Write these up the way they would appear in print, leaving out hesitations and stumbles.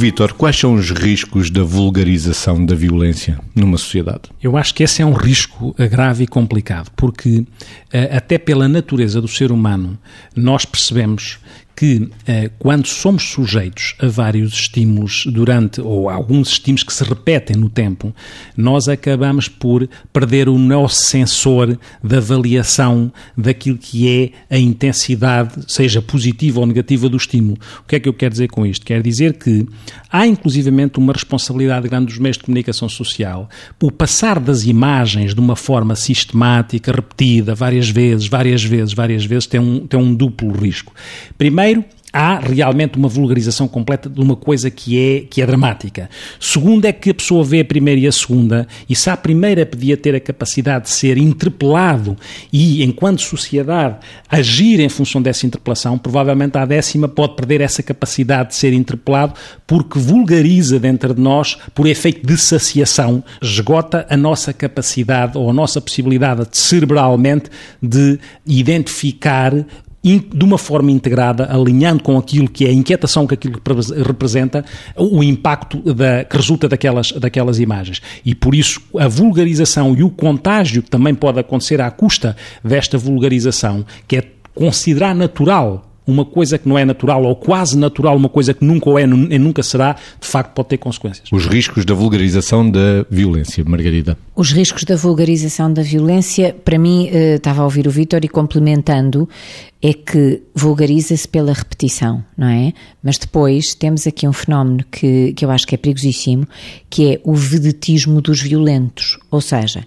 Vítor, quais são os riscos da vulgarização da violência numa sociedade? Eu acho que esse é um risco grave e complicado, porque até pela natureza do ser humano nós percebemos que quando somos sujeitos a vários estímulos ou alguns estímulos que se repetem no tempo, nós acabamos por perder o nosso sensor de avaliação daquilo que é a intensidade, seja positiva ou negativa, do estímulo. O que é que eu quero dizer com isto? Quero dizer que há inclusivamente uma responsabilidade grande dos meios de comunicação social. O passar das imagens de uma forma sistemática, repetida, várias vezes, tem um duplo risco. Primeiro, há realmente uma vulgarização completa de uma coisa que é dramática. Segundo é que a pessoa vê a primeira e a segunda, e se a primeira podia ter a capacidade de ser interpelado e, enquanto sociedade, agir em função dessa interpelação, provavelmente a décima pode perder essa capacidade de ser interpelado porque vulgariza dentro de nós, por efeito de saciação, esgota a nossa capacidade ou a nossa possibilidade de, cerebralmente, de identificar de uma forma integrada, alinhando com aquilo que é a inquietação que aquilo representa, o impacto que resulta daquelas imagens. E por isso a vulgarização e o contágio que também pode acontecer à custa desta vulgarização, que é considerar natural uma coisa que não é natural ou quase natural, uma coisa que nunca é e nunca será, de facto pode ter consequências. Os riscos da vulgarização da violência, Margarida. Os riscos da vulgarização da violência, para mim, estava a ouvir o Vítor e complementando, é que vulgariza-se pela repetição, não é? Mas depois temos aqui um fenómeno que eu acho que é perigosíssimo, que é o vedetismo dos violentos. Ou seja,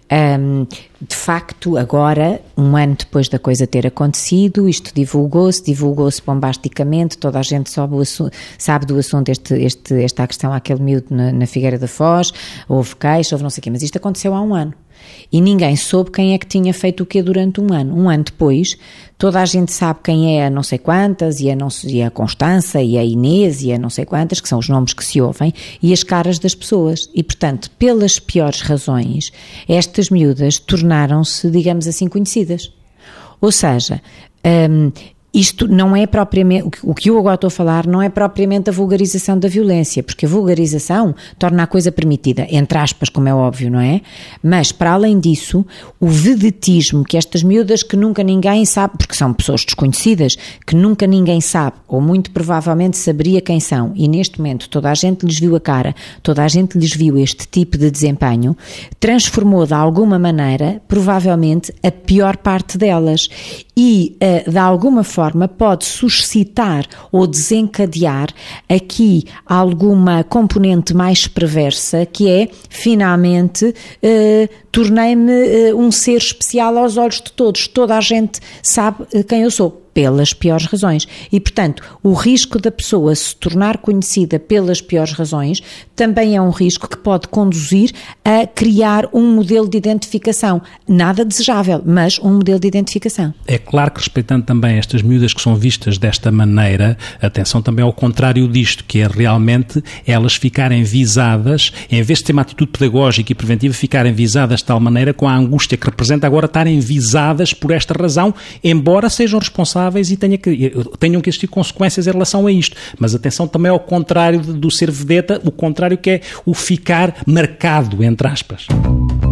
de facto, agora, um ano depois da coisa ter acontecido, isto divulgou-se bombasticamente, toda a gente sabe do assunto, esta questão àquele miúdo na Figueira da Foz, houve queixa, houve não sei o quê, mas isto aconteceu há um ano. E ninguém soube quem é que tinha feito o quê durante um ano. Um ano depois, toda a gente sabe quem é a não sei quantas, e a Constança, e a Inês, e a não sei quantas, que são os nomes que se ouvem, e as caras das pessoas. E, portanto, pelas piores razões, estas miúdas tornaram-se, digamos assim, conhecidas. Ou seja, isto não é propriamente, o que eu agora estou a falar não é propriamente a vulgarização da violência, porque a vulgarização torna a coisa permitida, entre aspas, como é óbvio, não é? Mas, para além disso, o vedetismo que estas miúdas que nunca ninguém sabe, porque são pessoas desconhecidas, que nunca ninguém sabe, ou muito provavelmente saberia quem são, e neste momento toda a gente lhes viu a cara, toda a gente lhes viu este tipo de desempenho, transformou de alguma maneira, provavelmente, a pior parte delas. E, de alguma forma, pode suscitar ou desencadear aqui alguma componente mais perversa, que é, finalmente, tornei-me um ser especial aos olhos de todos. Toda a gente sabe quem eu sou, pelas piores razões. E, portanto, o risco da pessoa se tornar conhecida pelas piores razões também é um risco que pode conduzir a criar um modelo de identificação. Nada desejável, mas um modelo de identificação. É claro que, respeitando também estas miúdas que são vistas desta maneira, atenção também ao contrário disto, que é realmente elas ficarem visadas, em vez de ter uma atitude pedagógica e preventiva, ficarem visadas de tal maneira com a angústia que representa agora estarem visadas por esta razão, embora sejam responsáveis e tenham que existir consequências em relação a isto. Mas atenção também ao contrário do ser vedeta, o contrário que é o ficar marcado, entre aspas.